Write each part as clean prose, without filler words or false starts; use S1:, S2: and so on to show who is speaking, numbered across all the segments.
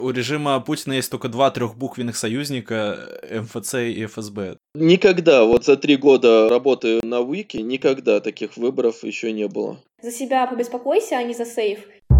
S1: У режима Путина есть только 2 трехбуквенных союзника — МФЦ и ФСБ.
S2: Никогда, вот за 3 года работы на Вики, никогда таких выборов еще не было.
S3: За себя побеспокойся, а не за сейф.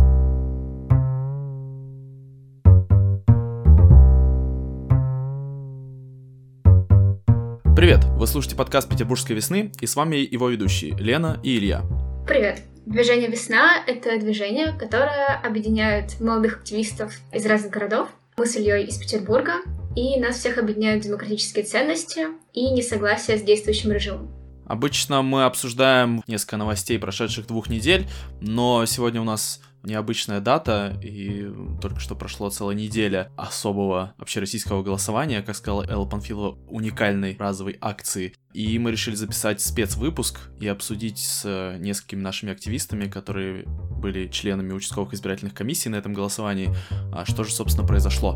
S1: Привет! Вы слушаете подкаст «Петербургской весны», и с вами его ведущие Лена и Илья.
S3: Привет! Движение «Весна» — это движение, которое объединяет молодых активистов из разных городов. Мы с Ильей из Петербурга, и нас всех объединяют демократические ценности и несогласие с действующим режимом.
S1: Обычно мы обсуждаем несколько новостей прошедших 2 недель, но сегодня у нас необычная дата, и только что прошло целая неделя особого общероссийского голосования, как сказала Элла Панфилова, уникальной разовой акции. И мы решили записать спецвыпуск и обсудить с несколькими нашими активистами, которые были членами участковых избирательных комиссий на этом голосовании, что же, собственно, произошло.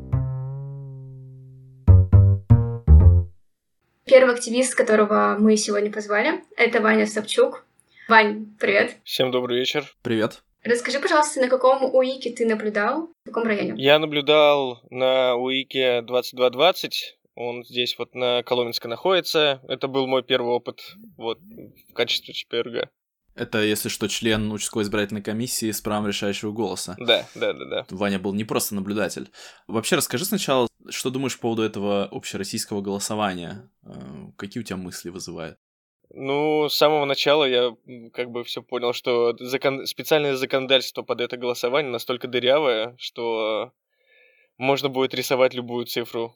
S3: Первый активист, которого мы сегодня позвали, это Ваня Собчук. Вань, привет.
S4: Всем добрый вечер.
S1: Привет.
S3: Расскажи, пожалуйста, на каком УИКе ты наблюдал, в каком районе?
S4: Я наблюдал на УИКе 2220, он здесь вот на Коломенской находится. Это был мой первый опыт вот в качестве ЧПРГ.
S1: Это, если что, член участковой избирательной комиссии с правом решающего голоса.
S4: Да.
S1: Ваня был не просто наблюдатель. Вообще, расскажи сначала, что думаешь по поводу этого общероссийского голосования? Какие у тебя мысли вызывает?
S4: Ну, с самого начала я как бы все понял, что специальное законодательство под это голосование настолько дырявое, что можно будет рисовать любую цифру.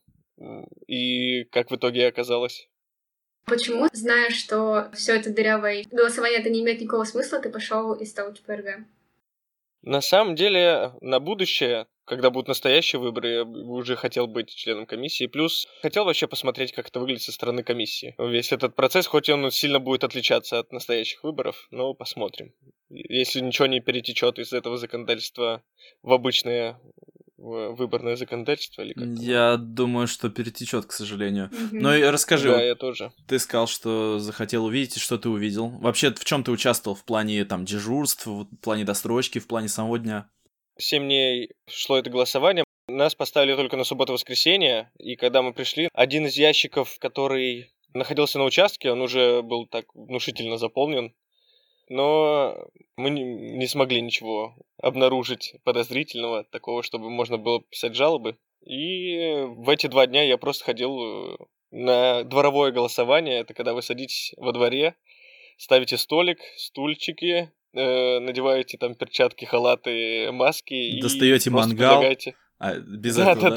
S4: И как в итоге оказалось.
S3: Почему, зная, что все это дырявое голосование это не имеет никакого смысла, ты пошел и стал ЧПРГ?
S4: На самом деле, на будущее, когда будут настоящие выборы, я уже хотел быть членом комиссии. Плюс хотел вообще посмотреть, как это выглядит со стороны комиссии. Весь этот процесс, хоть он сильно будет отличаться от настоящих выборов, но посмотрим. Если ничего не перетечет из этого законодательства в обычное выборное законодательство или как-то.
S1: Я думаю, что перетечет, к сожалению. Но и расскажи.
S4: Да, я тоже.
S1: Ты сказал, что захотел увидеть, и что ты увидел. Вообще, в чем ты участвовал? В плане там дежурств, в плане досрочки, в плане самого дня?
S4: 7 дней шло это голосование. Нас поставили только на субботу-воскресенье, и когда мы пришли, один из ящиков, который находился на участке, он уже был так внушительно заполнен, но мы не смогли ничего обнаружить подозрительного, такого, чтобы можно было писать жалобы. И в эти 2 дня я просто ходил на дворовое голосование. Это когда вы садитесь во дворе, ставите столик, стульчики, надеваете там перчатки, халаты, маски.
S1: Достаете
S4: и
S1: мангал.
S4: предлагаете...
S1: Без этого,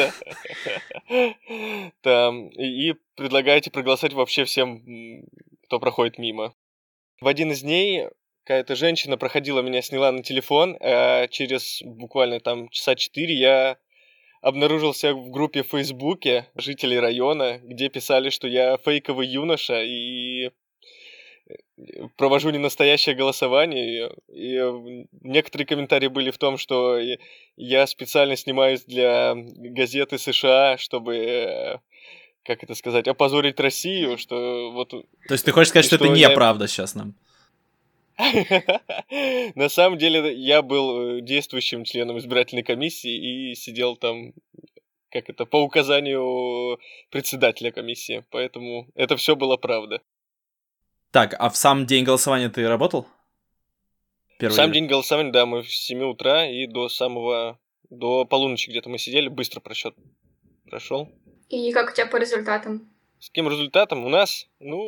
S4: Да. Там, и предлагаете проголосовать вообще всем, кто проходит мимо. В один из дней какая-то женщина проходила, меня сняла на телефон, а через буквально там часа 4 я обнаружился в группе в Фейсбуке жителей района, где писали, что я фейковый юноша и провожу ненастоящее голосование. И некоторые комментарии были в том, что я специально снимаюсь для газеты США, чтобы... как это сказать, опозорить Россию, что вот...
S1: То есть ты хочешь сказать, что это неправда сейчас нам?
S4: На самом деле я был действующим членом избирательной комиссии и сидел там, по указанию председателя комиссии, поэтому это все было правда.
S1: Так, а в сам день голосования ты работал?
S4: День голосования, да, мы с 7 утра и до полуночи где-то мы сидели, быстро просчет прошел.
S3: И как у тебя по результатам?
S4: С каким результатом? У нас,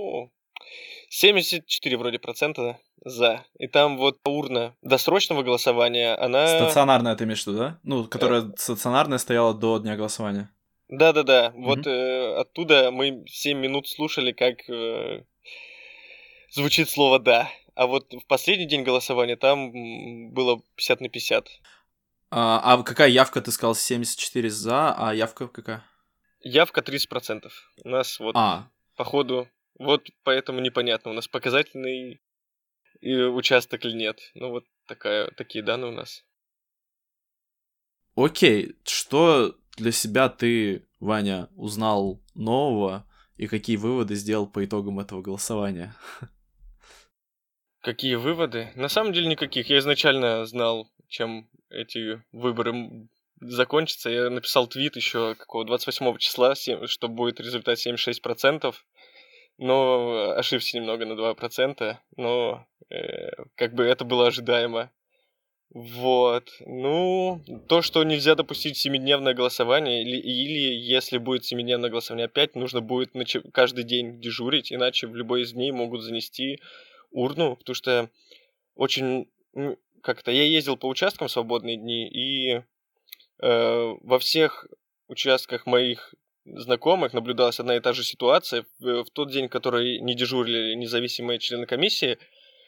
S4: 74 вроде процента за. И там вот урна досрочного голосования, она...
S1: Стационарная ты имеешь в виду, да? Ну, которая стационарная стояла до дня голосования.
S4: Да. Вот оттуда мы 7 минут слушали, как звучит слово «да». А вот в последний день голосования там было 50/50.
S1: А какая явка? Ты сказал 74 за, а явка какая?
S4: Явка 30%. У нас вот по ходу... Вот поэтому непонятно, у нас показательный участок или нет. Ну вот такие данные у нас.
S1: Окей, что для себя ты, Ваня, узнал нового и какие выводы сделал по итогам этого голосования?
S4: Какие выводы? На самом деле никаких. Я изначально знал, чем эти выборы закончится. Я написал твит еще 28 числа, что будет результат 76%. Но ошибся немного на 2%, но как бы это было ожидаемо. Вот. Ну, то, что нельзя допустить 7-дневное голосование, или если будет 7-дневное голосование опять, нужно будет каждый день дежурить, иначе в любой из дней могут занести урну, потому что очень... Как-то я ездил по участкам в свободные дни, и во всех участках моих знакомых наблюдалась одна и та же ситуация. В тот день, который не дежурили независимые члены комиссии,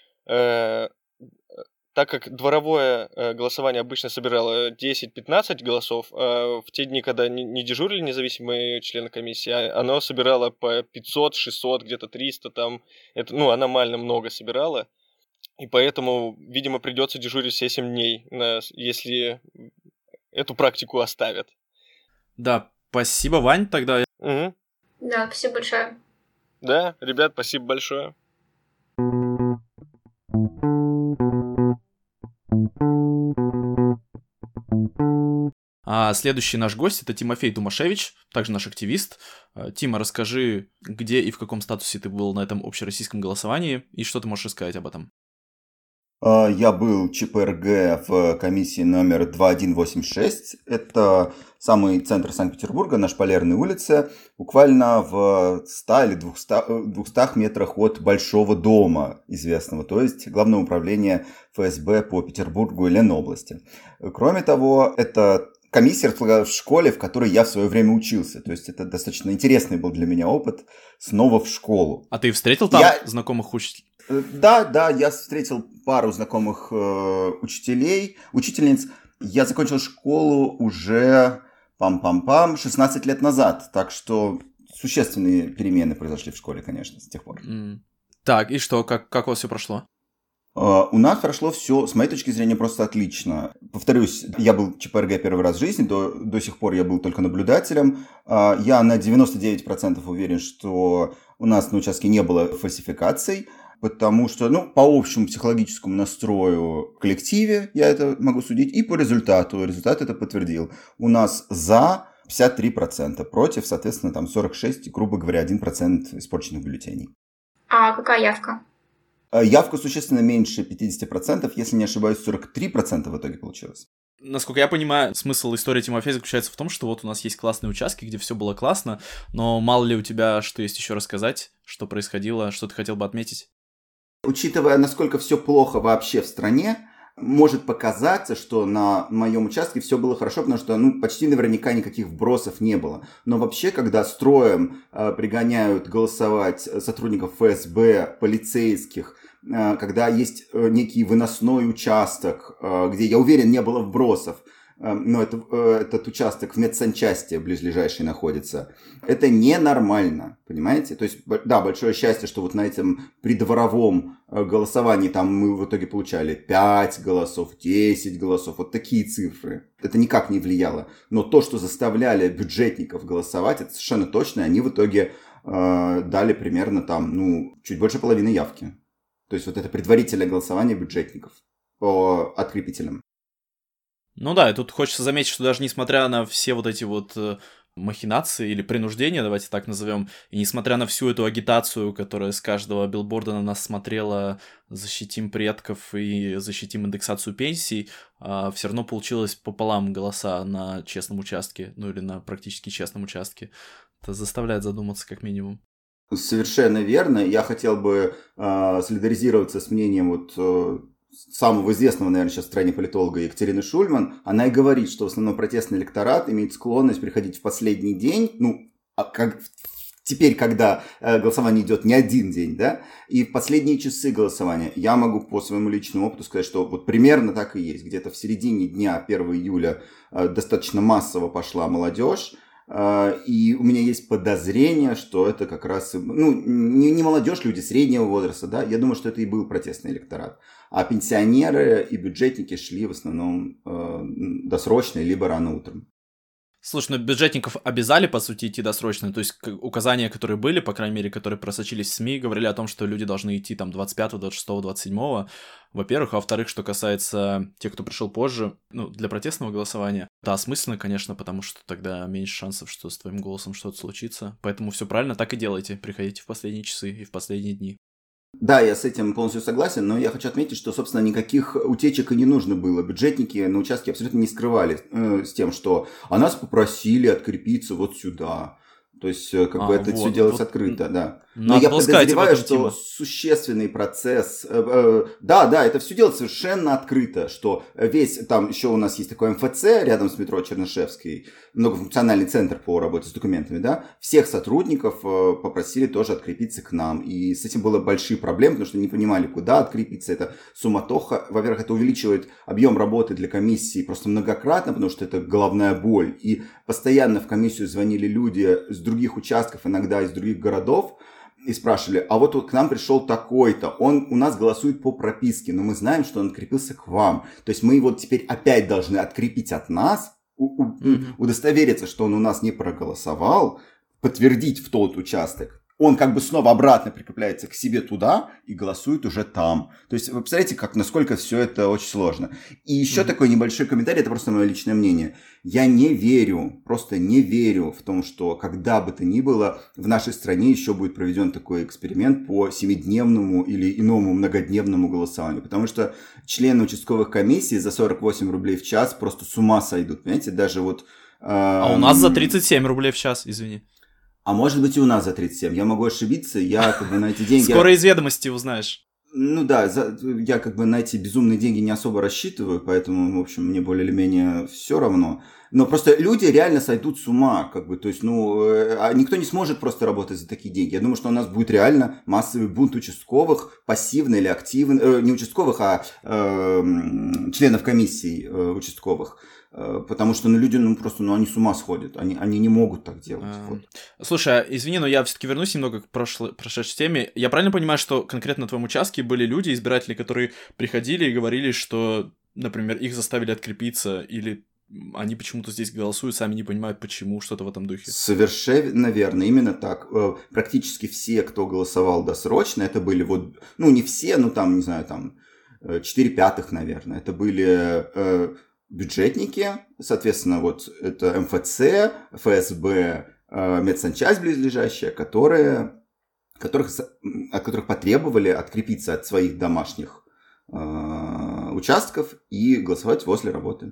S4: так как дворовое голосование обычно собирало 10-15 голосов, а в те дни, когда не дежурили независимые члены комиссии, оно собирало по 500, 600, где-то 300, там, это, аномально много собирало. И поэтому, видимо, придется дежурить все 7 дней, если эту практику оставят.
S1: Да, спасибо, Вань, тогда.
S4: Угу.
S3: Да, спасибо большое.
S4: Да, ребят, спасибо большое.
S1: А следующий наш гость — это Тимофей Тумашевич, также наш активист. Тима, расскажи, где и в каком статусе ты был на этом общероссийском голосовании, и что ты можешь рассказать об этом?
S5: Я был ЧПРГ в комиссии номер 2186. Это самый центр Санкт-Петербурга, на Шпалерной улице, буквально в 100 или 200 метрах от Большого дома известного, то есть Главного управления ФСБ по Петербургу и Ленобласти. Кроме того, это комиссия располагалась в школе, в которой я в свое время учился. То есть это достаточно интересный был для меня опыт снова в школу.
S1: А ты встретил там знакомых учителей?
S5: Да, я встретил пару знакомых учительниц. Я закончил школу уже 16 лет назад, так что существенные перемены произошли в школе, конечно, с тех пор.
S1: Так, и что, как у вас все прошло?
S5: У нас прошло все, с моей точки зрения, просто отлично. Повторюсь, я был ЧПРГ первый раз в жизни, до сих пор я был только наблюдателем. Я на 99% уверен, что у нас на участке не было фальсификаций, потому что, по общему психологическому настрою в коллективе я это могу судить, и по результату. Результат это подтвердил. У нас за 53%, против, соответственно, там 46%, грубо говоря, 1% испорченных бюллетеней.
S3: А какая явка?
S5: Явка существенно меньше 50%, если не ошибаюсь, 43% в итоге получилось.
S1: Насколько я понимаю, смысл истории Тимофея заключается в том, что вот у нас есть классные участки, где все было классно, но мало ли у тебя что есть еще рассказать, что происходило, что ты хотел бы отметить?
S5: Учитывая, насколько все плохо вообще в стране, может показаться, что на моем участке все было хорошо, потому что почти наверняка никаких вбросов не было. Но вообще, когда строем пригоняют голосовать сотрудников ФСБ, полицейских, когда есть некий выносной участок, где, я уверен, не было вбросов, но этот участок в медсанчасти близлежащий находится, это ненормально, понимаете? То есть, да, большое счастье, что вот на этом придворовом голосовании там мы в итоге получали 5 голосов, 10 голосов, вот такие цифры. Это никак не влияло. Но то, что заставляли бюджетников голосовать, это совершенно точно, они в итоге дали примерно там, чуть больше половины явки. То есть вот это предварительное голосование бюджетников по открепителям.
S1: Ну да, и тут хочется заметить, что даже несмотря на все вот эти вот махинации или принуждения, давайте так назовем, и несмотря на всю эту агитацию, которая с каждого билборда на нас смотрела «Защитим предков» и «Защитим индексацию пенсий», все равно получилось пополам голоса на честном участке, или на практически честном участке. Это заставляет задуматься как минимум.
S5: Совершенно верно. Я хотел бы солидаризироваться с мнением самого известного, наверное, сейчас в стране политолога Екатерины Шульман. Она и говорит, что в основном протестный электорат имеет склонность приходить в последний день, теперь, когда голосование идет не один день, да, и в последние часы голосования. Я могу по своему личному опыту сказать, что вот примерно так и есть. Где-то в середине дня 1 июля достаточно массово пошла молодежь, и у меня есть подозрение, что это как раз, не молодежь, люди среднего возраста, да, я думаю, что это и был протестный электорат. А пенсионеры и бюджетники шли в основном досрочно, либо рано утром.
S1: Слушай, ну бюджетников обязали, по сути, идти досрочно, то есть указания, которые были, по крайней мере, которые просочились в СМИ, говорили о том, что люди должны идти там 25, 26, 27, во-первых, а во-вторых, что касается тех, кто пришел позже, ну, для протестного голосования, это осмысленно, конечно, потому что тогда меньше шансов, что с твоим голосом что-то случится, поэтому все правильно, так и делайте, приходите в последние часы и в последние дни.
S5: Да, я с этим полностью согласен, но я хочу отметить, что, собственно, никаких утечек и не нужно было. Бюджетники на участке абсолютно не скрывали с тем, что нас попросили открепиться вот сюда. То есть, как бы это вот, все делалось вот открыто, да. Но я подозреваю, что существенный процесс... Да, это все делается совершенно открыто, что весь... Там еще у нас есть такой МФЦ рядом с метро Чернышевской, многофункциональный центр по работе с документами, да. Всех сотрудников попросили тоже открепиться к нам. И с этим было большие проблемы, потому что не понимали, куда открепиться. Это суматоха. Во-первых, это увеличивает объем работы для комиссии просто многократно, потому что это головная боль. И постоянно в комиссию звонили люди с других участков, иногда из других городов, и спрашивали, а вот к нам пришел такой-то, он у нас голосует по прописке, но мы знаем, что он открепился к вам. То есть мы его теперь опять должны открепить от нас, удостовериться, что он у нас не проголосовал, подтвердить в тот участок. Он как бы снова обратно прикрепляется к себе туда и голосует уже там. То есть вы представляете, насколько все это очень сложно. И еще такой небольшой комментарий, это просто мое личное мнение. Я не верю, просто не верю в том, что когда бы то ни было в нашей стране еще будет проведен такой эксперимент по 7-дневному или иному многодневному голосованию. Потому что члены участковых комиссий за 48 рублей в час просто с ума сойдут. Понимаете, даже вот...
S1: А у нас за 37 рублей в час, извини.
S5: А может быть и у нас за 37. Я могу ошибиться, я как бы на эти деньги...
S1: Скоро из ведомости узнаешь.
S5: Ну да, я как бы на эти безумные деньги не особо рассчитываю, поэтому, в общем, мне более или менее все равно. Но просто люди реально сойдут с ума, как бы, то есть, никто не сможет просто работать за такие деньги. Я думаю, что у нас будет реально массовый бунт участковых, пассивный или активный, не участковых, а членов комиссий участковых. Потому что люди, просто, они с ума сходят, они не могут так делать. Вот.
S1: Слушай, извини, но я все-таки вернусь немного к прошедшей теме. Я правильно понимаю, что конкретно на твоем участке были люди, избиратели, которые приходили и говорили, что, например, их заставили открепиться, или они почему-то здесь голосуют, сами не понимают, почему, что-то в этом духе?
S5: Совершенно верно, именно так. Практически все, кто голосовал досрочно, это были не все, там, не знаю, 4/5, наверное, это были... бюджетники, соответственно, это МФЦ, ФСБ, медсанчасть близлежащая, от которых потребовали открепиться от своих домашних участков и голосовать возле работы.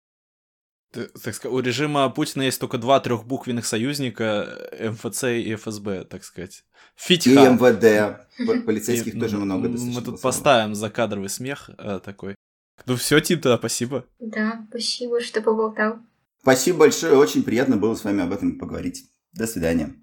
S1: Так сказать, у режима Путина есть только 2 трехбуквенных союзника, МФЦ и ФСБ, так сказать. Фитьха.
S5: И МВД. Полицейских тоже много достаточно.
S1: Мы тут поставим закадровый смех такой. Ну все, Тим, тогда спасибо.
S3: Да, спасибо, что поболтал.
S5: Спасибо большое, очень приятно было с вами об этом поговорить. До свидания.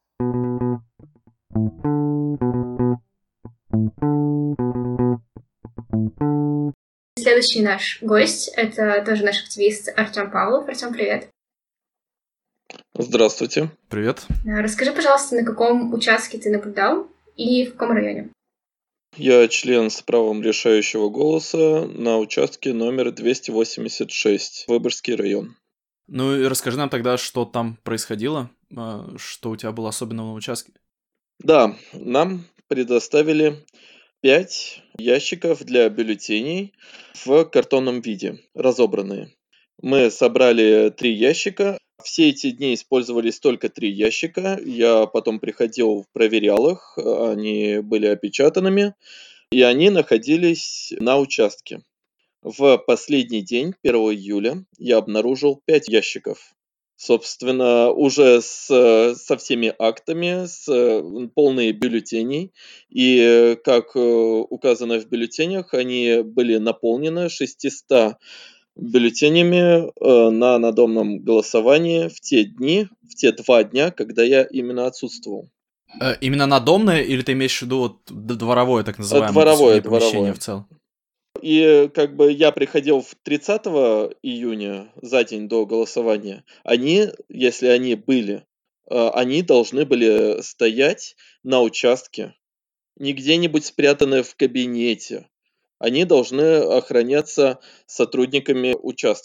S3: Следующий наш гость — это тоже наш активист Артем Павлов. Артем, привет.
S2: Здравствуйте.
S1: Привет.
S3: Расскажи, пожалуйста, на каком участке ты наблюдал и в каком районе?
S2: Я член с правом решающего голоса на участке номер 286, Выборгский район.
S1: Ну и расскажи нам тогда, что там происходило, что у тебя было особенного на участке.
S2: Да, нам предоставили 5 ящиков для бюллетеней в картонном виде, разобранные. Мы собрали 3 ящика. Все эти дни использовались только 3 ящика. Я потом приходил, проверял их. Они были опечатанными. И они находились на участке. В последний день, 1 июля, я обнаружил 5 ящиков. Собственно, уже со всеми актами, с полные бюллетеней. И, как указано в бюллетенях, они были наполнены 600 бюллетенями на надомном голосовании в те 2 дня, когда я именно отсутствовал.
S1: Именно надомное, или ты имеешь в виду дворовое, так называемое, помещение в целом?
S2: И я приходил 30 июня, за день до голосования. Они, если они были, они должны были стоять на участке, не где-нибудь спрятаны в кабинете. Они должны охраняться сотрудниками участка.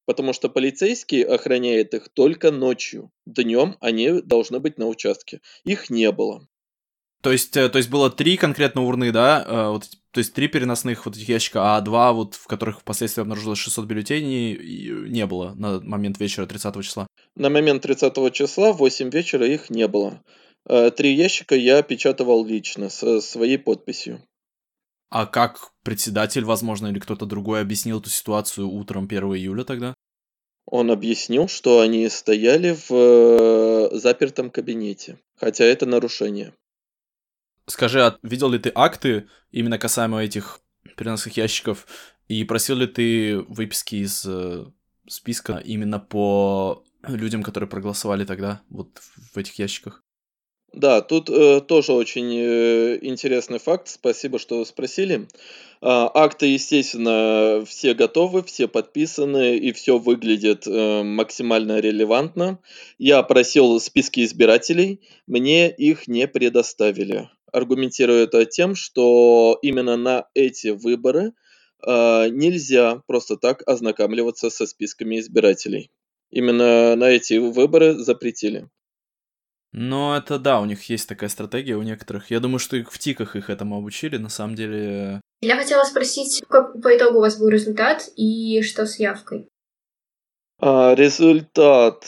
S2: потому что полицейский охраняет их только ночью. Днем они должны быть на участке. Их не было.
S1: То есть было 3 конкретно урны, да? То есть 3 переносных вот этих ящика, а 2, вот, в которых впоследствии обнаружилось 600 бюллетеней, не было на момент вечера 30 числа.
S2: На момент 30 числа в 8 вечера их не было. 3 ящика я опечатывал лично со своей подписью.
S1: А как председатель, возможно, или кто-то другой объяснил эту ситуацию утром 1 июля тогда?
S2: Он объяснил, что они стояли в запертом кабинете, хотя это нарушение.
S1: Скажи, а видел ли ты акты именно касаемо этих переносных ящиков, и просил ли ты выписки из списка именно по людям, которые проголосовали тогда вот в этих ящиках?
S2: Да, тут тоже очень интересный факт. Спасибо, что спросили. Акты, естественно, все готовы, все подписаны, и все выглядит максимально релевантно. Я просил списки избирателей, мне их не предоставили. Аргументирую это тем, что именно на эти выборы нельзя просто так ознакомливаться со списками избирателей. Именно на эти выборы запретили.
S1: Ну, это да, у них есть такая стратегия у некоторых. Я думаю, что их в ТИКах их этому обучили, на самом деле.
S3: Я хотела спросить, как по итогу у вас был результат и что с явкой?
S2: Результат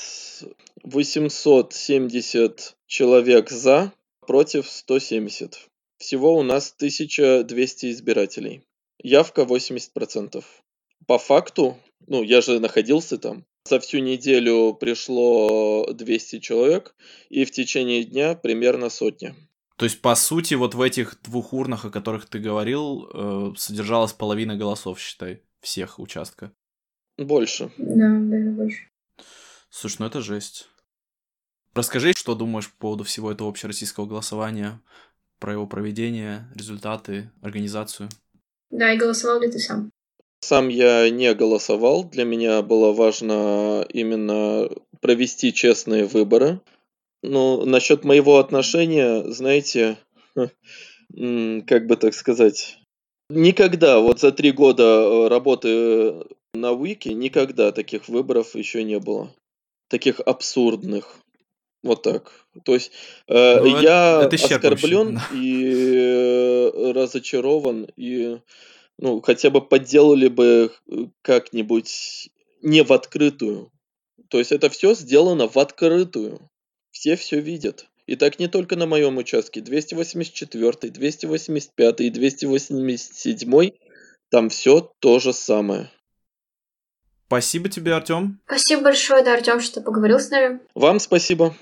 S2: 870 человек за, против 170. Всего у нас 1200 избирателей. Явка 80%. По факту, я же находился там, за всю неделю пришло 200 человек, и в течение дня примерно 100.
S1: То есть, по сути, вот в этих 2 урнах, о которых ты говорил, содержалась половина голосов, считай, всех участка.
S2: Больше.
S3: Да, даже больше.
S1: Слушай, ну это жесть. Расскажи, что думаешь по поводу всего этого общероссийского голосования, про его проведение, результаты, организацию.
S3: Да, и голосовал ли ты сам?
S2: Сам я не голосовал. Для меня было важно именно провести честные выборы. Ну, насчет моего отношения, знаете, как бы так сказать, никогда, вот за 3 года работы на Wiki, никогда таких выборов еще не было. Таких абсурдных. Вот так. То есть
S1: Ну,
S2: я
S1: это исчерпывающе,
S2: оскорблен
S1: да.
S2: и разочарован, и хотя бы подделали бы как-нибудь не в открытую. То есть это все сделано в открытую. Все видят. И так не только на моем участке. 284, 285 и 287, там все то же самое.
S1: Спасибо тебе, Артём.
S3: Спасибо большое, да, Артём, что поговорил с нами.
S2: Вам спасибо.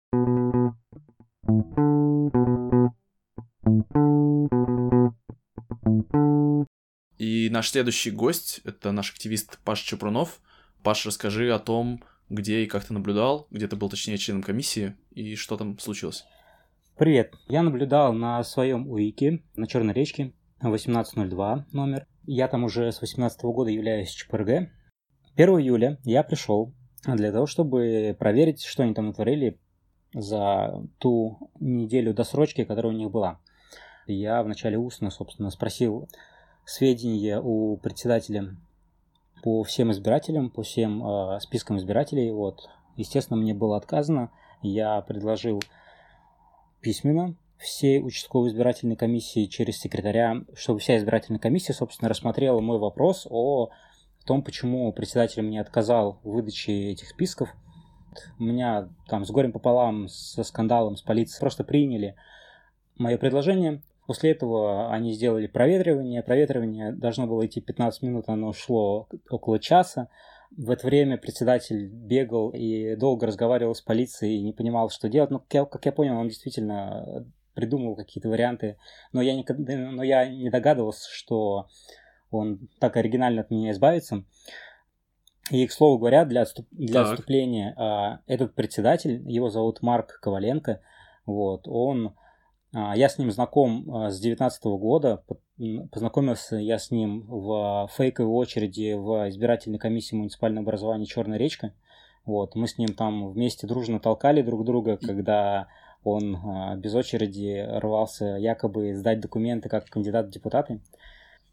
S1: И наш следующий гость — это наш активист Паша Чепрунов. Паш, расскажи о том, где и как ты наблюдал, где ты был, точнее, членом комиссии, и что там случилось.
S6: Привет. Я наблюдал на своем УИКе на Черной речке 1802 номер. Я там уже с 18 года являюсь ЧПРГ. 1 июля я пришел для того, чтобы проверить, что они там натворили за ту неделю досрочки, которая у них была. Я вначале устно, собственно, спросил сведения у председателя по всем избирателям, по всем спискам избирателей. Вот. Естественно, мне было отказано. Я предложил письменно всей участковой избирательной комиссии через секретаря, чтобы вся избирательная комиссия, собственно, рассмотрела мой вопрос о том, почему председатель мне отказал в выдаче этих списков. У меня там с горем пополам, со скандалом, с полицией просто приняли мое предложение. После этого они сделали проветривание. Проветривание должно было идти 15 минут, оно шло около часа. В это время председатель бегал и долго разговаривал с полицией и не понимал, что делать. Но, как я понял, он действительно придумал какие-то варианты. Но я не догадывался, что он так оригинально от меня избавится. И, к слову говоря, для отступления, этот председатель, его зовут Марк Коваленко, вот, я с ним знаком с 2019 года, познакомился я с ним в фейковой очереди в избирательной комиссии муниципального образования «Черная речка». Вот, мы с ним там вместе дружно толкали друг друга, когда он без очереди рвался якобы сдать документы как кандидат в депутаты.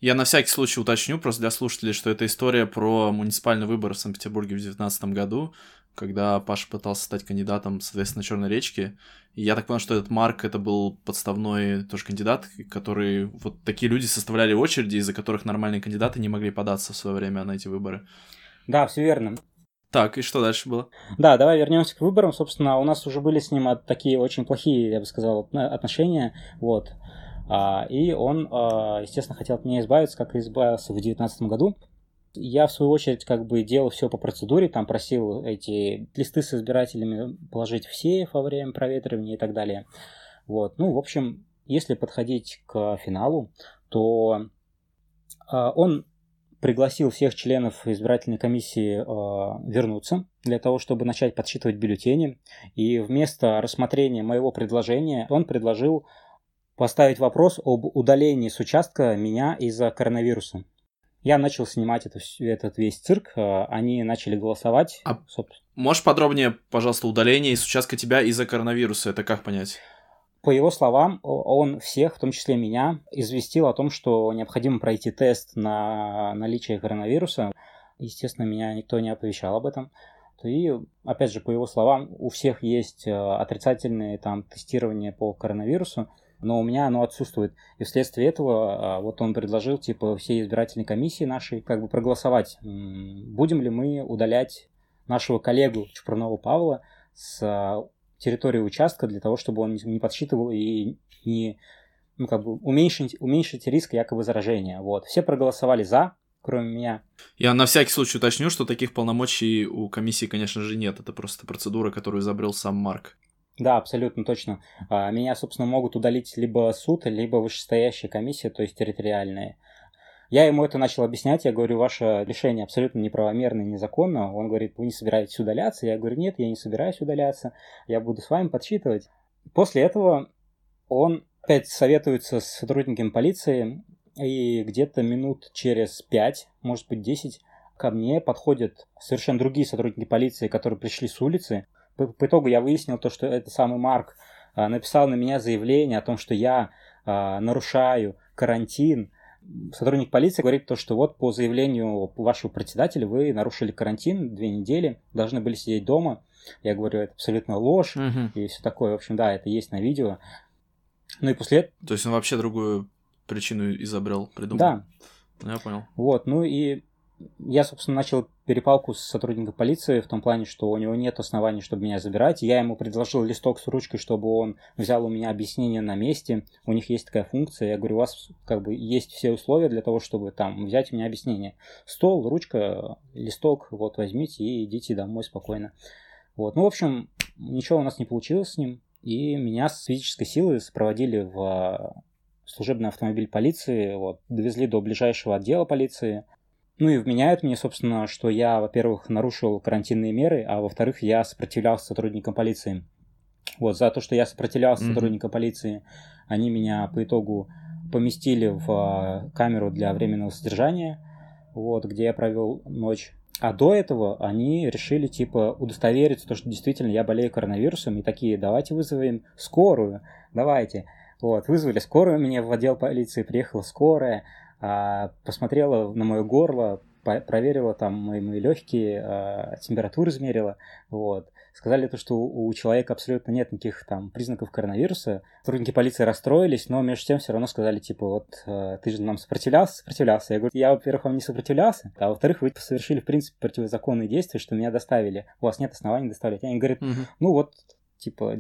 S1: Я на всякий случай уточню просто для слушателей, что это история про муниципальный выбор в Санкт-Петербурге в 2019 году, когда Паша пытался стать кандидатом, соответственно, Черной речки. И я так понял, что этот Марк, это был подставной тоже кандидат, который... Вот такие люди составляли очереди, из-за которых нормальные кандидаты не могли податься в свое время на эти выборы.
S6: Да, все верно.
S1: Так, и что дальше было?
S6: Да, давай вернемся к выборам. Собственно, у нас уже были с ним такие очень плохие, я бы сказал, отношения. Вот. И он, естественно, хотел от меня избавиться, как и избавился в 2019 году. Я, в свою очередь, как бы делал все по процедуре, там просил эти листы с избирателями положить в сейф во время проветривания и так далее. Вот. Ну, в общем, если подходить к финалу, то он пригласил всех членов избирательной комиссии вернуться для того, чтобы начать подсчитывать бюллетени. И вместо рассмотрения моего предложения он предложил поставить вопрос об удалении с участка меня из-за коронавируса. Я начал снимать этот весь цирк, они начали голосовать.
S1: Можешь подробнее, пожалуйста, удаление из участка тебя из-за коронавируса, это как понять?
S6: По его словам, он всех, в том числе меня, известил о том, что необходимо пройти тест на наличие коронавируса. Естественно, меня никто не оповещал об этом. И, опять же, по его словам, у всех есть отрицательные там тестирования по коронавирусу, но у меня оно отсутствует. И вследствие этого вот он предложил, типа, всей избирательной комиссии нашей, как бы проголосовать, будем ли мы удалять нашего коллегу Чупрунова Павла с территории участка для того, чтобы он не подсчитывал и не, ну, как бы уменьшить риск якобы заражения. Вот. Все проголосовали за, кроме меня.
S1: Я на всякий случай уточню, что таких полномочий у комиссии, конечно же, нет. Это просто процедура, которую изобрел сам Марк.
S6: Да, абсолютно точно. Меня, собственно, могут удалить либо суд, либо вышестоящая комиссия, то есть территориальная. Я ему это начал объяснять, я говорю, ваше решение абсолютно неправомерно и незаконно. Он говорит, вы не собираетесь удаляться? Я говорю, нет, я не собираюсь удаляться, я буду с вами подсчитывать. После этого он опять советуется с сотрудниками полиции, и где-то минут через 5, может быть 10, ко мне подходят совершенно другие сотрудники полиции, которые пришли с улицы. По итогу я выяснил то, что это самый Марк написал на меня заявление о том, что я нарушаю карантин. Сотрудник полиции говорит то, что вот по заявлению вашего председателя вы нарушили карантин 2 недели, должны были сидеть дома. Я говорю, это абсолютно ложь и все такое. В общем, да, это есть на видео. Ну и после этого...
S1: То есть он вообще другую причину изобрел, придумал?
S6: Да.
S1: Я понял.
S6: Вот, ну и я, собственно, начал перепалку с сотрудником полиции в том плане, что у него нет оснований, чтобы меня забирать. Я ему предложил листок с ручкой, чтобы он взял у меня объяснение на месте. У них есть такая функция. Я говорю, у вас как бы есть все условия для того, чтобы там взять у меня объяснение. Стол, ручка, листок, вот возьмите и идите домой спокойно. Вот, ну, в общем, ничего у нас не получилось с ним. И меня с физической силой сопроводили в служебный автомобиль полиции, вот, довезли до ближайшего отдела полиции. Ну и вменяют мне, собственно, что я, во-первых, нарушил карантинные меры, а во-вторых, я сопротивлялся сотрудникам полиции. Вот, за то, что я сопротивлялся сотрудникам полиции, они меня по итогу поместили в камеру для временного содержания, вот, где я провел ночь. А до этого они решили, типа, удостовериться, то, что действительно я болею коронавирусом, и такие, давайте вызовем скорую, давайте. Вот, вызвали скорую, мне в отдел полиции приехала скорая, посмотрела на мое горло, проверила там мои легкие, температуру измерила, вот. Сказали то, что у человека абсолютно нет никаких там признаков коронавируса. Сотрудники полиции расстроились, но между тем все равно сказали, типа, вот ты же нам сопротивлялся. Я говорю, я, во-первых, вам не сопротивлялся, а во-вторых, вы совершили, в принципе, противозаконные действия, что меня доставили. У вас нет оснований доставлять. Они говорят, ну вот, типа,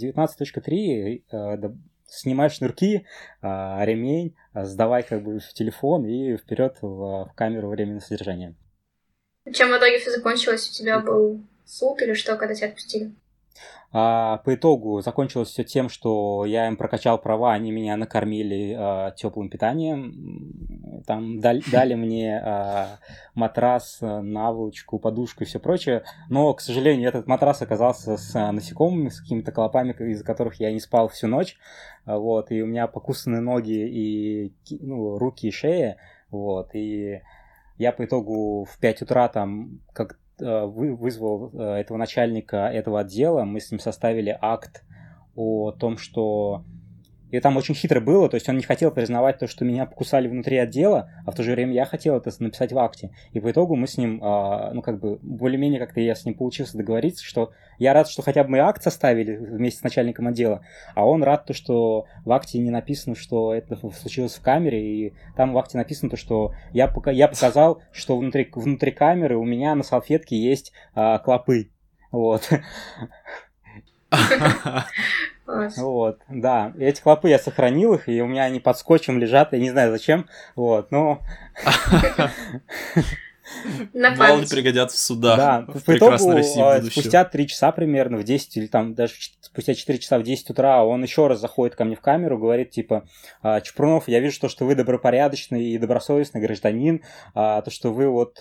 S6: 19.3, снимай шнурки, ремень, сдавай как бы в телефон и вперед в камеру временного содержания.
S3: Чем в итоге все закончилось? У тебя был суд или что, когда тебя отпустили?
S6: По итогу закончилось все тем, что я им прокачал права, они меня накормили теплым питанием, там дали мне матрас, наволочку, подушку и все прочее, но, к сожалению, этот матрас оказался с насекомыми, с какими-то клопами, из-за которых я не спал всю ночь, вот, и у меня покусаны ноги и руки и шея, вот, и я по итогу в 5 утра там как вызвал этого начальника этого отдела, мы с ним составили акт о том, что И там очень хитро было, то есть он не хотел признавать то, что меня покусали внутри отдела, а в то же время я хотел это написать в акте. И по итогу мы с ним, более-менее как-то я с ним получился договориться, что я рад, что хотя бы мы акт составили вместе с начальником отдела, а он рад, то, что в акте не написано, что это случилось в камере, и там в акте написано то, что я показал, что внутри камеры у меня на салфетке есть клопы. Вот. Вот, да. И эти клопы я сохранил их, и у меня они под скотчем лежат, я не знаю зачем. Вот, но...
S1: Мало ли пригодятся в судах.
S6: Да,
S1: в прекрасной России будущего.
S6: Спустя 3 часа примерно, в 10 или там даже спустя 4 часа в 10 утра он еще раз заходит ко мне в камеру, говорит типа: Чупрунов, я вижу то, что вы добропорядочный и добросовестный гражданин, то, что вы вот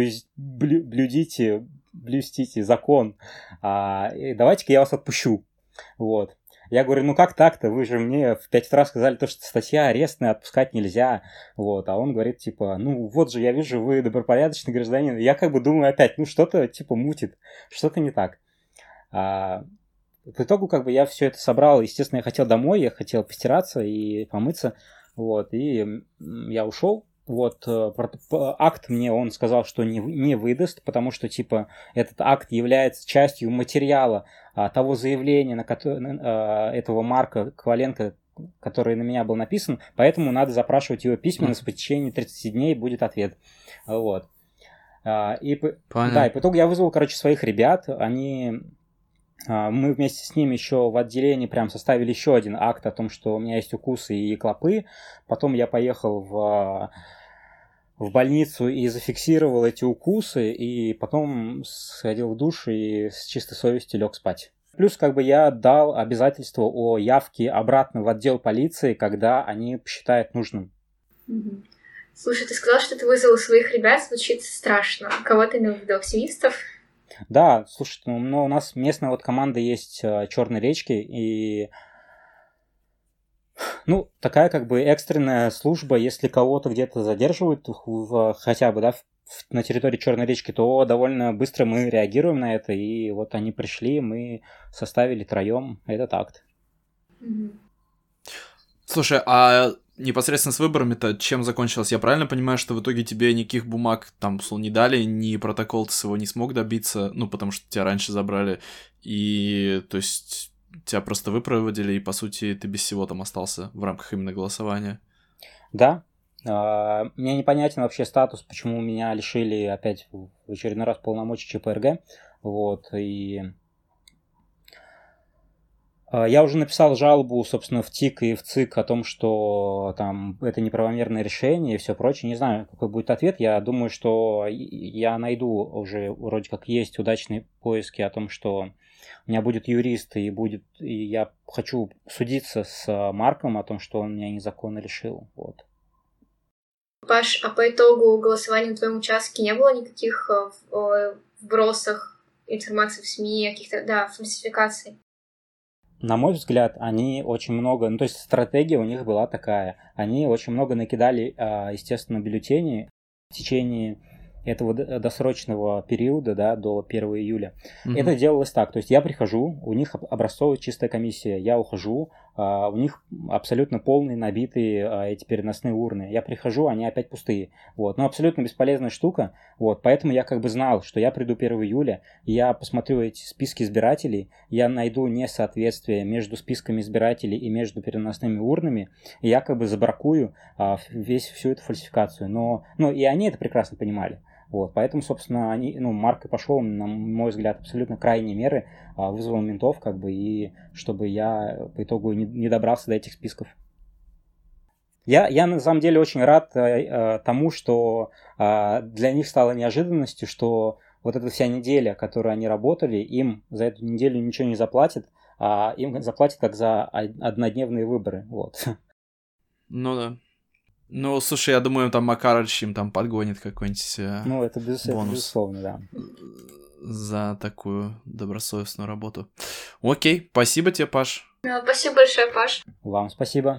S6: блюстите закон, давайте-ка я вас отпущу. Вот. Я говорю, ну как так-то? Вы же мне в 5 утра сказали то, что статья арестная, отпускать нельзя. Вот. А он говорит, типа, ну вот же, я вижу, вы добропорядочный гражданин. Я как бы думаю опять, ну что-то типа мутит, что-то не так. В итогу как бы я все это собрал. Естественно, я хотел домой, я хотел постираться и помыться. Вот. И я ушел. Вот, акт мне он сказал, что не выдаст, потому что, типа, этот акт является частью материала того заявления этого Марка Коваленко, который на меня был написан, поэтому надо запрашивать его письменно, в течение 30 дней будет ответ. Вот. Да, и по итогу я вызвал, своих ребят, мы вместе с ними еще в отделении прям составили еще один акт о том, что у меня есть укусы и клопы. Потом я поехал в больницу и зафиксировал эти укусы, и потом сходил в душ и с чистой совестью лег спать. Плюс я дал обязательство о явке обратно в отдел полиции, когда они посчитают нужным.
S3: Слушай, ты сказал, что ты вызвал своих ребят, звучит страшно. Кого ты имел в виду, активистов?
S6: Да, слушай, но у нас местная команда есть Черной речки, и такая экстренная служба, если кого-то где-то задерживают хотя бы, на территории Черной речки, то довольно быстро мы реагируем на это, и вот они пришли, мы составили троем этот акт.
S1: Слушай, а непосредственно с выборами-то чем закончилось? Я правильно понимаю, что в итоге тебе никаких бумаг там, условно, не дали, ни протокол ты своего не смог добиться, потому что тебя раньше забрали, и, то есть, тебя просто выпроводили, и, по сути, ты без всего там остался в рамках именно голосования?
S6: Да. Мне непонятен вообще статус, почему меня лишили опять в очередной раз полномочий ЧПРГ, вот, и... Я уже написал жалобу, собственно, в ТИК и в ЦИК о том, что там это неправомерное решение и все прочее. Не знаю, какой будет ответ. Я думаю, что я найду уже вроде как есть удачные поиски о том, что у меня будет юрист и я хочу судиться с Марком о том, что он меня незаконно лишил. Вот.
S3: Паш, а по итогу голосования в твоем участке не было никаких вбросов информации в СМИ, каких-то, фальсификаций?
S6: На мой взгляд, они очень много... то есть стратегия у них была такая. Они очень много накидали, естественно, бюллетеней в течение этого досрочного периода, до 1 июля. Это делалось так. То есть я прихожу, у них образцовая чистая комиссия. Я ухожу, у них абсолютно полные, набитые эти переносные урны. Я прихожу, они опять пустые. Вот. Абсолютно бесполезная штука. Вот. Поэтому я знал, что я приду 1 июля, я посмотрю эти списки избирателей, я найду несоответствие между списками избирателей и между переносными урнами, и я забракую всю эту фальсификацию. Но и они это прекрасно понимали. Вот, поэтому, собственно, Марк и пошел, на мой взгляд, абсолютно крайние меры, вызвал ментов, и чтобы я по итогу не добрался до этих списков. Я на самом деле очень рад тому, что для них стало неожиданностью, что вот эта вся неделя, которую они работали, им за эту неделю ничего не заплатят, а им заплатят как за однодневные выборы. Вот.
S1: Ну да. Слушай, я думаю, там Макарыч им там подгонит какой-нибудь
S6: это
S1: бонус.
S6: безусловно, да.
S1: За такую добросовестную работу. Окей, спасибо тебе, Паш.
S3: Спасибо большое, Паш.
S6: Вам спасибо.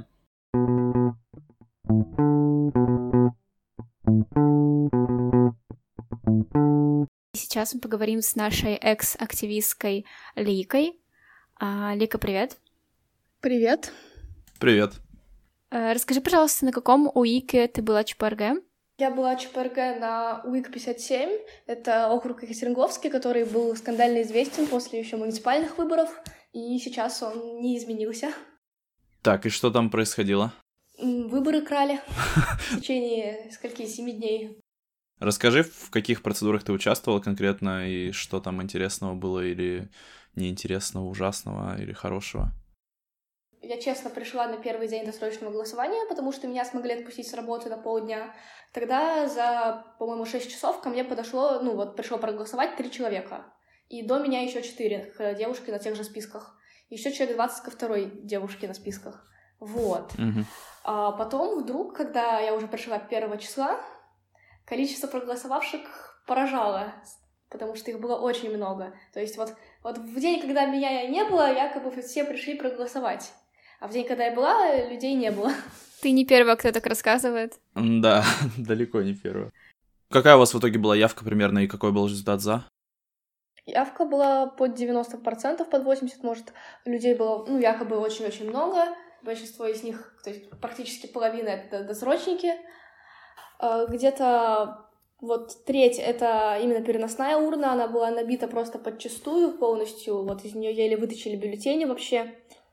S7: Сейчас мы поговорим с нашей экс-активисткой Ликой. Лика, привет.
S8: Привет.
S1: Привет.
S7: Расскажи, пожалуйста, на каком УИКе ты была ЧПРГ?
S8: Я была ЧПРГ на УИК 57, это округ Екатеринговский, который был скандально известен после еще муниципальных выборов, и сейчас он не изменился.
S1: Так, и что там происходило?
S8: Выборы крали в течение 7 дней.
S1: Расскажи, в каких процедурах ты участвовала конкретно, и что там интересного было, или неинтересного, ужасного, или хорошего?
S8: Я честно пришла на первый день досрочного голосования, потому что меня смогли отпустить с работы на полдня. Тогда за, по-моему, 6 часов ко мне пришло проголосовать 3 человека. И до меня еще 4 девушки на тех же списках. Еще человек 20 ко второй девушке на списках. Вот.
S1: Угу.
S8: А потом вдруг, когда я уже пришла 1 числа, количество проголосовавших поражало, потому что их было очень много. То есть вот в день, когда меня не было, якобы все пришли проголосовать. А в день, когда я была, людей не было.
S7: Ты не первая, кто так рассказывает.
S1: Да, далеко не первая. Какая у вас в итоге была явка примерно, и какой был результат за?
S8: Явка была под 90%, под 80%, может, людей было, якобы очень-очень много. Большинство из них, то есть практически половина — это досрочники. Где-то треть — это именно переносная урна, она была набита просто подчистую полностью, из нее еле вытащили бюллетени вообще.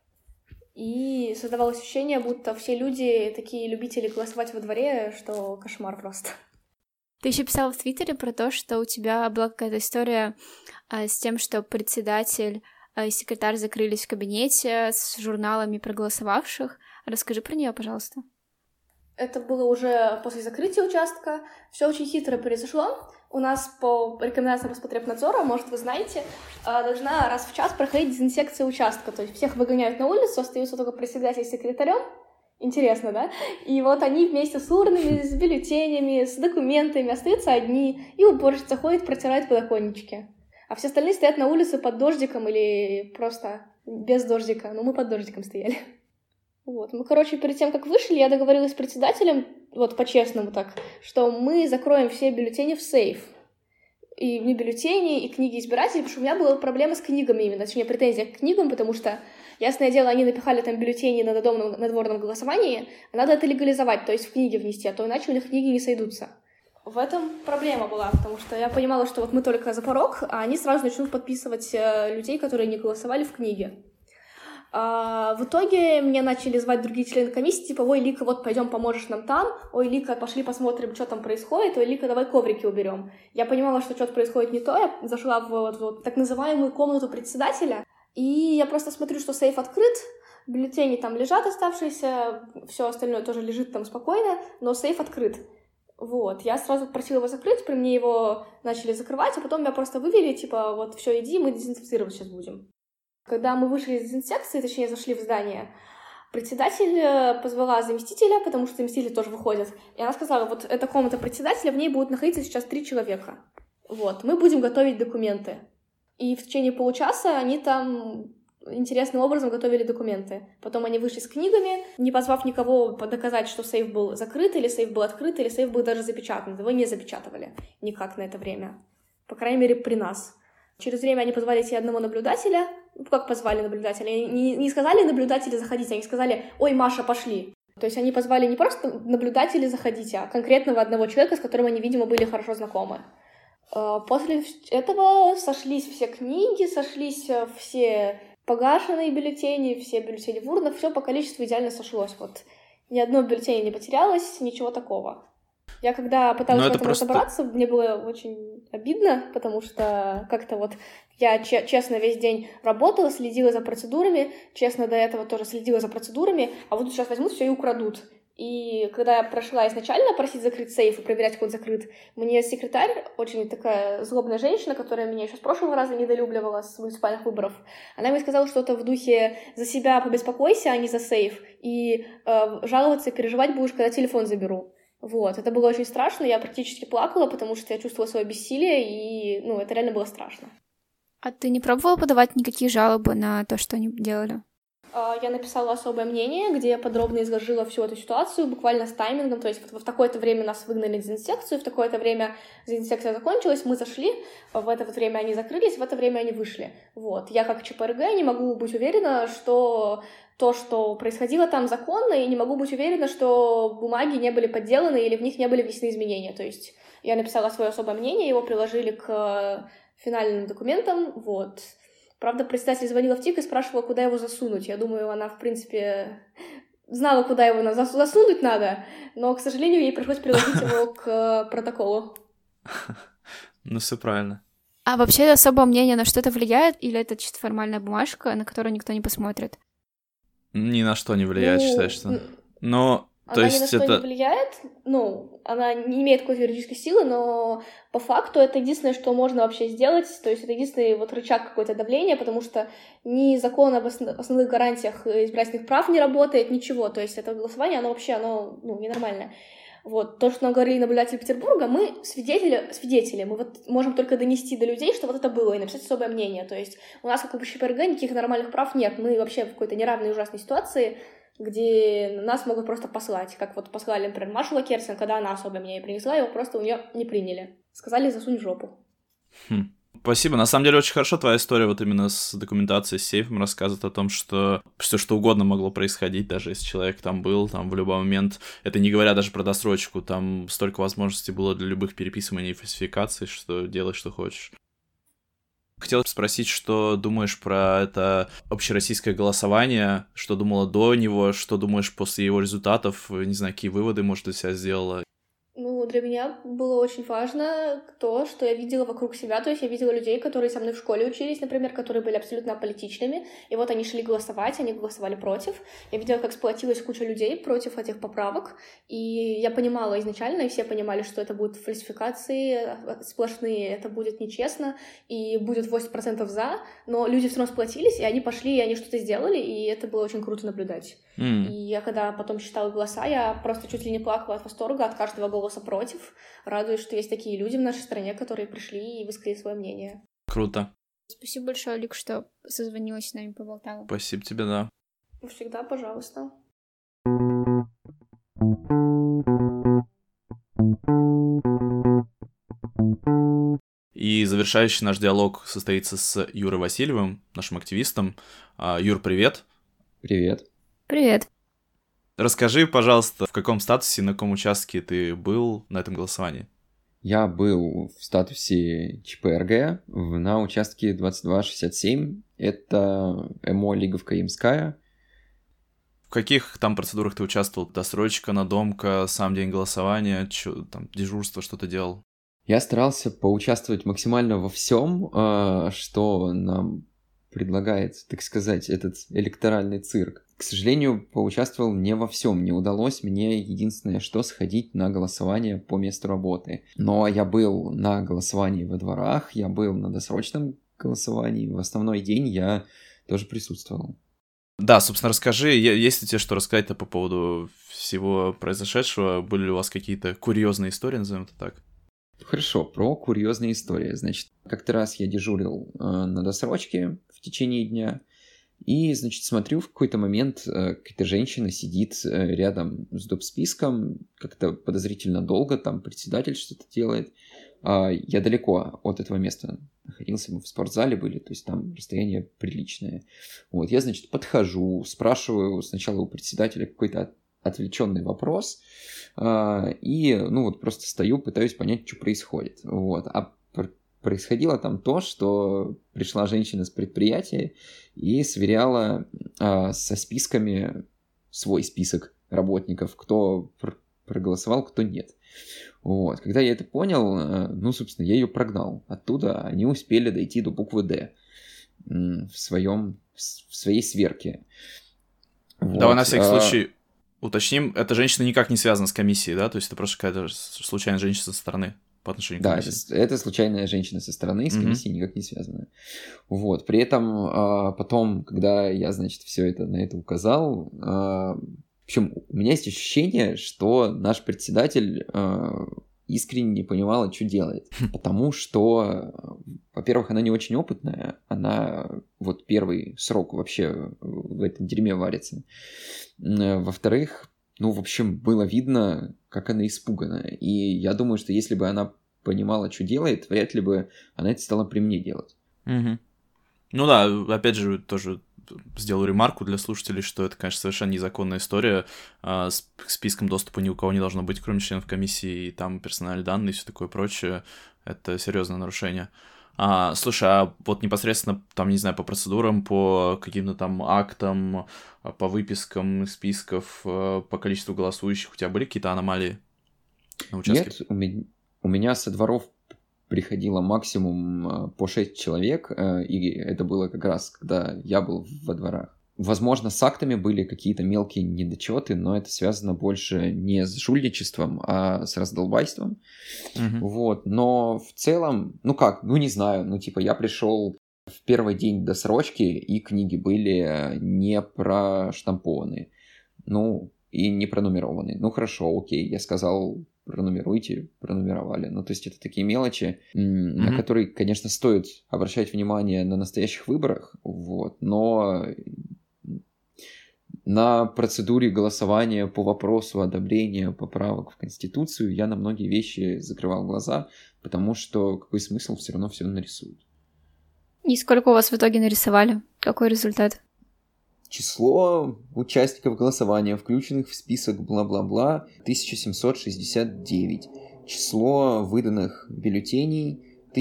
S8: И создавалось ощущение, будто все люди такие любители голосовать во дворе, что кошмар просто.
S7: Ты еще писала в Твиттере про то, что у тебя была какая-то история с тем, что председатель и секретарь закрылись в кабинете с журналами проголосовавших. Расскажи про нее, пожалуйста.
S8: Это было уже после закрытия участка. Все очень хитро произошло. У нас по рекомендациям Роспотребнадзора, может, вы знаете, должна раз в час проходить дезинсекция участка. То есть всех выгоняют на улицу, остаются только председатель с секретарем. Интересно, да? И они вместе с урнами, с бюллетенями, с документами остаются одни, и уборщица ходит, протирает подоконнички. А все остальные стоят на улице под дождиком или просто без дождика. Но мы под дождиком стояли. Мы, перед тем, как вышли, я договорилась с председателем, по-честному так, что мы закроем все бюллетени в сейф. И не бюллетени, и книги избирателей, потому что у меня была проблема с книгами именно, точнее, претензия к книгам, потому что, ясное дело, они напихали там бюллетени на надворном голосовании, а надо это легализовать, то есть в книги внести, а то иначе у них книги не сойдутся. В этом проблема была, потому что я понимала, что мы только за порог, а они сразу начнут подписывать людей, которые не голосовали в книге. В итоге меня начали звать другие члены комиссии, типа, ой, Лика, пойдем поможешь нам там, ой, Лика, пошли посмотрим, что там происходит, ой, Лика, давай коврики уберем. Я понимала, что что-то происходит не то, я зашла в так называемую комнату председателя, и я просто смотрю, что сейф открыт, бюллетени там лежат оставшиеся, все остальное тоже лежит там спокойно, но сейф открыт. Я сразу просила его закрыть, при мне его начали закрывать, а потом меня просто вывели, типа, все, иди, мы дезинфицировать сейчас будем. Когда мы вышли из дезинсекции, точнее, зашли в здание, председатель позвала заместителя, потому что заместитель тоже выходит. И она сказала, эта комната председателя, в ней будут находиться сейчас 3 человека. Мы будем готовить документы. И в течение получаса они там интересным образом готовили документы. Потом они вышли с книгами, не позвав никого доказать, что сейф был закрыт, или сейф был открыт, или сейф был даже запечатан. Его не запечатывали никак на это время. По крайней мере, при нас. Через время они позвали себе одного наблюдателя. Как позвали наблюдателя? Не сказали наблюдателю заходите, они сказали, ой, Маша, пошли. То есть они позвали не просто наблюдателя заходите, а конкретного одного человека, с которым они, видимо, были хорошо знакомы. После этого сошлись все книги, сошлись все погашенные бюллетени, все бюллетени в урнах, все по количеству идеально сошлось. Ни одно бюллетень не потерялось, ничего такого. Я когда пыталась в этом разобраться, мне было очень обидно, потому что как-то я честно весь день работала, следила за процедурами, честно до этого тоже следила за процедурами, а сейчас возьмут все и украдут. И когда я прошла изначально просить закрыть сейф и проверять, как он закрыт, мне секретарь, очень такая злобная женщина, которая меня еще с прошлого раза недолюбливала с муниципальных выборов, она мне сказала что-то в духе «за себя побеспокойся, а не за сейф, и жаловаться и переживать будешь, когда телефон заберу». Это было очень страшно, я практически плакала, потому что я чувствовала свое бессилие, и, это реально было страшно.
S7: А ты не пробовала подавать никакие жалобы на то, что они делали?
S8: Я написала особое мнение, где я подробно изложила всю эту ситуацию, буквально с таймингом, то есть вот в такое-то время нас выгнали на дезинсекцию, в такое-то время дезинсекция закончилась, мы зашли, в это вот время они закрылись, в это время они вышли. Вот. Я как ЧПРГ не могу быть уверена, что то, что происходило там, законно, и не могу быть уверена, что бумаги не были подделаны или в них не были внесены изменения. То есть я написала свое особое мнение, его приложили к финальным документам, вот. Правда, председатель звонила в ТИК и спрашивала, куда его засунуть. Я думаю, она, в принципе, знала, куда его засунуть надо, но, к сожалению, ей пришлось приложить его к протоколу.
S1: Ну, все правильно.
S7: А вообще особое мнение на что-то влияет, или это чисто формальная бумажка, на которую никто не посмотрит?
S1: Ни на что не влияет, считаешь, что? Но, то
S8: она
S1: есть
S8: ни на что
S1: это...
S8: не влияет, она не имеет какой-то юридической силы, но по факту это единственное, что можно вообще сделать, то есть это единственный вот рычаг какое-то давления, потому что ни закон об основных гарантиях избирательных прав не работает, ничего, то есть это голосование, оно ненормальное. Вот, то, что нам говорили наблюдатели Петербурга, мы свидетели, мы вот можем только донести до людей, что вот это было, и написать особое мнение, то есть у нас, как у ЧПРГ, никаких нормальных прав нет, мы вообще в какой-то неравной ужасной ситуации, где нас могут просто послать, как вот послали, например, Машу Лакерсин, когда она особое мнение принесла, его просто у нее не приняли, сказали засунь в жопу.
S1: Спасибо. На самом деле, очень хорошо твоя история вот именно с документацией, с сейфом рассказывает о том, что все что угодно могло происходить, даже если человек там был, там в любой момент. Это не говоря даже про досрочку, там столько возможностей было для любых переписываний и фальсификаций, что делай, что хочешь. Хотел спросить, что думаешь про это общероссийское голосование, что думала до него, что думаешь после его результатов, не знаю, какие выводы, может, для себя сделала?
S8: Для меня было очень важно то, что я видела вокруг себя, то есть я видела людей, которые со мной в школе учились, например, которые были абсолютно аполитичными, и вот они шли голосовать, они голосовали против. Я видела, как сплотилась куча людей против этих поправок, и я понимала изначально, и все понимали, что это будут фальсификации сплошные, это будет нечестно, и будет 80% за, но люди все равно сплотились, и они пошли, и они что-то сделали, и это было очень круто наблюдать. И я когда потом считала голоса, я просто чуть ли не плакала от восторга от каждого голоса против, радуюсь, что есть такие люди в нашей стране, которые пришли и высказали свое мнение.
S1: Круто.
S7: Спасибо большое, Лик, что созвонилась с нами, поболтала.
S1: Спасибо тебе, да.
S8: Всегда, пожалуйста.
S1: И завершающий наш диалог состоится с Юрой Васильевым, нашим активистом. Юр, привет.
S9: Привет.
S7: Привет.
S1: Расскажи, пожалуйста, в каком статусе, на каком участке ты был на этом голосовании?
S9: Я был в статусе ЧПРГ на участке 2267. Это ЭМО Лиговка Ямская.
S1: В каких там процедурах ты участвовал? Досрочка, надомка, сам день голосования, там, дежурство, что-то делал?
S9: Я старался поучаствовать максимально во всем, что нам предлагает, так сказать, этот электоральный цирк. К сожалению, поучаствовал не во всем. Не удалось мне единственное, что сходить на голосование по месту работы. Но я был на голосовании во дворах, я был на досрочном голосовании. В основной день я тоже присутствовал.
S1: Да, собственно, расскажи, есть ли тебе что рассказать-то по поводу всего произошедшего? Были ли у вас какие-то курьезные истории, назовем это так?
S9: Хорошо, про курьезные истории. Значит, как-то раз я дежурил на досрочке в течение дня, и, значит, смотрю, в какой-то момент какая-то женщина сидит рядом с допсписком, как-то подозрительно долго, там председатель что-то делает. Я далеко от этого места находился, мы в спортзале были, то есть там расстояние приличное. Вот, я, значит, подхожу, спрашиваю сначала у председателя какой-то отвлеченный вопрос, и, просто стою, пытаюсь понять, что происходит. Вот. А происходило там то, что пришла женщина с предприятия и сверяла со списками свой список работников, кто проголосовал, кто нет. Вот. Когда я это понял, собственно, я ее прогнал. Оттуда они успели дойти до буквы «Д» в своей сверке. Вот.
S1: Давай на всякий случай уточним, эта женщина никак не связана с комиссией, да? То есть это просто какая-то случайная женщина со стороны по отношению к комиссии.
S9: Да, это случайная женщина со стороны, с комиссией никак не связана. Вот. При этом потом, когда я, значит, все это на это указал, в общем, у меня есть ощущение, что наш председатель искренне не понимала, что делает. Потому что, во-первых, она не очень опытная, она вот первый срок вообще в этом дерьме варится. Во-вторых, ну, в общем, было видно, как она испугана. И я думаю, что если бы она понимала, что делает, вряд ли бы она это стала при мне делать.
S1: Угу. Ну да, опять же, тоже сделаю ремарку для слушателей, что это, конечно, совершенно незаконная история. С списком доступа ни у кого не должно быть, кроме членов комиссии, и там персональные данные и все такое прочее. Это серьезное нарушение. Слушай, а вот непосредственно, там, не знаю, по процедурам, по каким-то там актам, по выпискам списков, по количеству голосующих, у тебя были какие-то аномалии на участке?
S9: Нет, у меня со дворов приходило максимум по 6 человек, и это было как раз, когда я был во дворах. Возможно, с актами были какие-то мелкие недочеты, но это связано больше не с жульничеством, а с раздолбайством. Вот. Но в целом, не знаю, я пришел в первый день досрочки, и книги были не проштампованы, и не пронумерованы. Хорошо, окей, я сказал, пронумеруйте, пронумеровали. То есть это такие мелочи, на которые, конечно, стоит обращать внимание на настоящих выборах, вот, но на процедуре голосования по вопросу одобрения поправок в Конституцию я на многие вещи закрывал глаза, потому что какой смысл, все равно все нарисуют.
S7: И сколько у вас в итоге нарисовали? Какой результат?
S9: Число участников голосования, включенных в список бла-бла-бла, 1769. Число выданных бюллетеней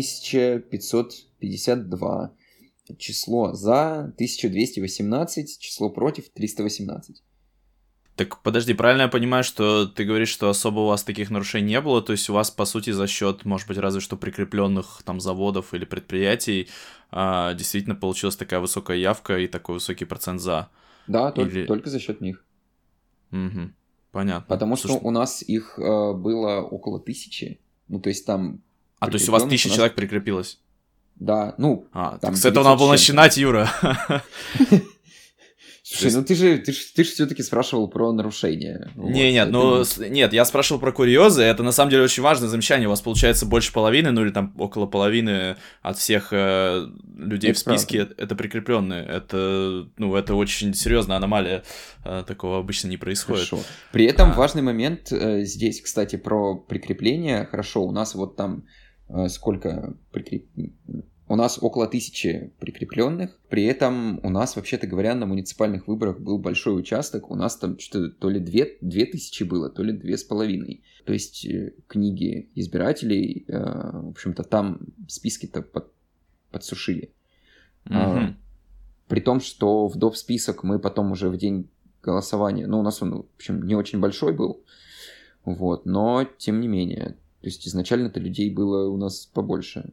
S9: 1552. Число за 1218, число против 318.
S1: Так подожди, правильно я понимаю, что ты говоришь, что особо у вас таких нарушений не было, то есть у вас, по сути, за счет, может быть, разве что прикрепленных там заводов или предприятий действительно получилась такая высокая явка и такой высокий процент за?
S9: Да, только за счет них.
S1: Угу. Понятно.
S9: Потому что у нас их было около 1000, то есть там...
S1: то есть у вас 1000 человек прикрепилось?
S9: Да,
S1: так с этого надо было начинать, Юра.
S9: Слушай, ты же все-таки спрашивал про нарушения.
S1: Нет, я спрашивал про курьезы, это на самом деле очень важное замечание, у вас получается больше половины, или там около половины от всех людей в списке, это прикрепленные, это очень серьезная аномалия, такого обычно не происходит.
S9: Хорошо. При этом важный момент здесь, кстати, про прикрепление, хорошо, у нас вот там сколько У нас около 1000 прикрепленных. При этом у нас, вообще-то говоря, на муниципальных выборах был большой участок. У нас там что-то то ли 2000 было, то ли 2500. То есть книги избирателей, в общем-то, там списки-то подсушили. При том, что в доп. Список мы потом уже в день голосования... у нас он, в общем, не очень большой был. Вот, но тем не менее. То есть изначально-то людей было у нас побольше.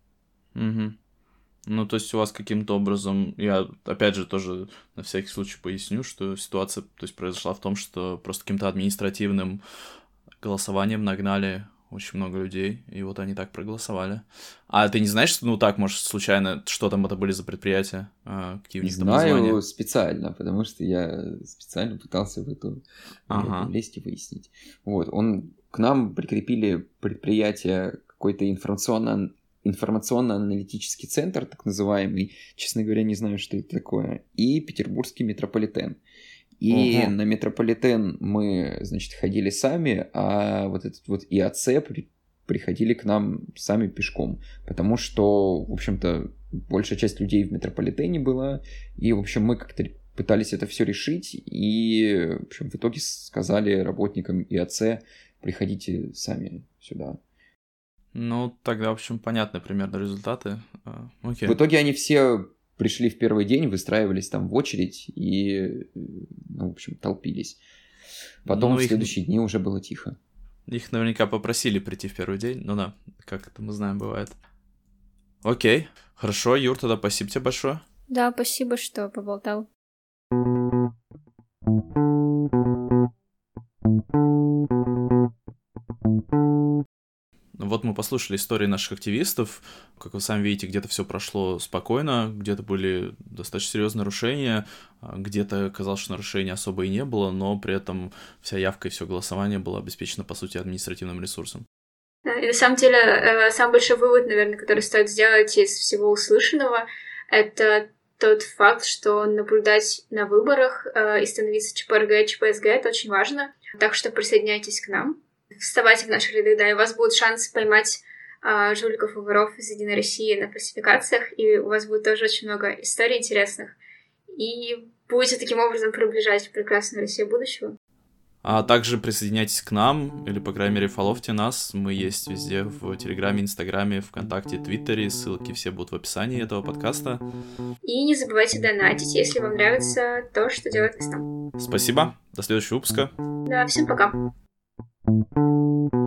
S1: Угу. То есть у вас каким-то образом, я опять же тоже на всякий случай поясню, что ситуация, то есть, произошла в том, что просто каким-то административным голосованием нагнали очень много людей, и вот они так проголосовали. А ты не знаешь, что, может, случайно, что там это были за предприятия? Какие у них там названия?
S9: Знаю специально, потому что я специально пытался в эту лезть и выяснить. Вот, к нам прикрепили предприятие какой-то информационно-аналитический центр, так называемый, честно говоря, не знаю, что это такое, и Петербургский метрополитен. И на метрополитен мы, ходили сами, а вот этот вот ИАЦ приходили к нам сами пешком, потому что, в общем-то, большая часть людей в метрополитене была, и, в общем, мы как-то пытались это все решить, и, в общем, в итоге сказали работникам ИАЦ, приходите сами сюда.
S1: Тогда, в общем, понятны примерно результаты. Окей.
S9: В итоге они все пришли в первый день, выстраивались там в очередь и, в общем, толпились. Потом в следующие дни уже было тихо.
S1: Их наверняка попросили прийти в первый день. Да, как это мы знаем, бывает. Окей. Хорошо, Юр, тогда спасибо тебе большое.
S7: Да, спасибо, что поболтал.
S1: Вот мы послушали истории наших активистов. Как вы сами видите, где-то все прошло спокойно, где-то были достаточно серьезные нарушения, где-то казалось, что нарушений особо и не было, но при этом вся явка и все голосование было обеспечено, по сути, административным ресурсом.
S3: И на самом деле, самый большой вывод, наверное, который стоит сделать из всего услышанного, это тот факт, что наблюдать на выборах и становиться ЧПРГ, ЧПСГ — это очень важно. Так что присоединяйтесь к нам, вставайте в наши ряды, да, и у вас будет шанс поймать жуликов и воров из «Единой России» на фальсификациях, и у вас будет тоже очень много историй интересных. И будете таким образом приближать прекрасную Россию будущего.
S1: А также присоединяйтесь к нам, или, по крайней мере, фоловьте нас. Мы есть везде, в Телеграме, Инстаграме, ВКонтакте, Твиттере. Ссылки все будут в описании этого подкаста.
S3: И не забывайте донатить, если вам нравится то, что делает Весна.
S1: Спасибо. До следующего выпуска.
S3: Да, всем пока.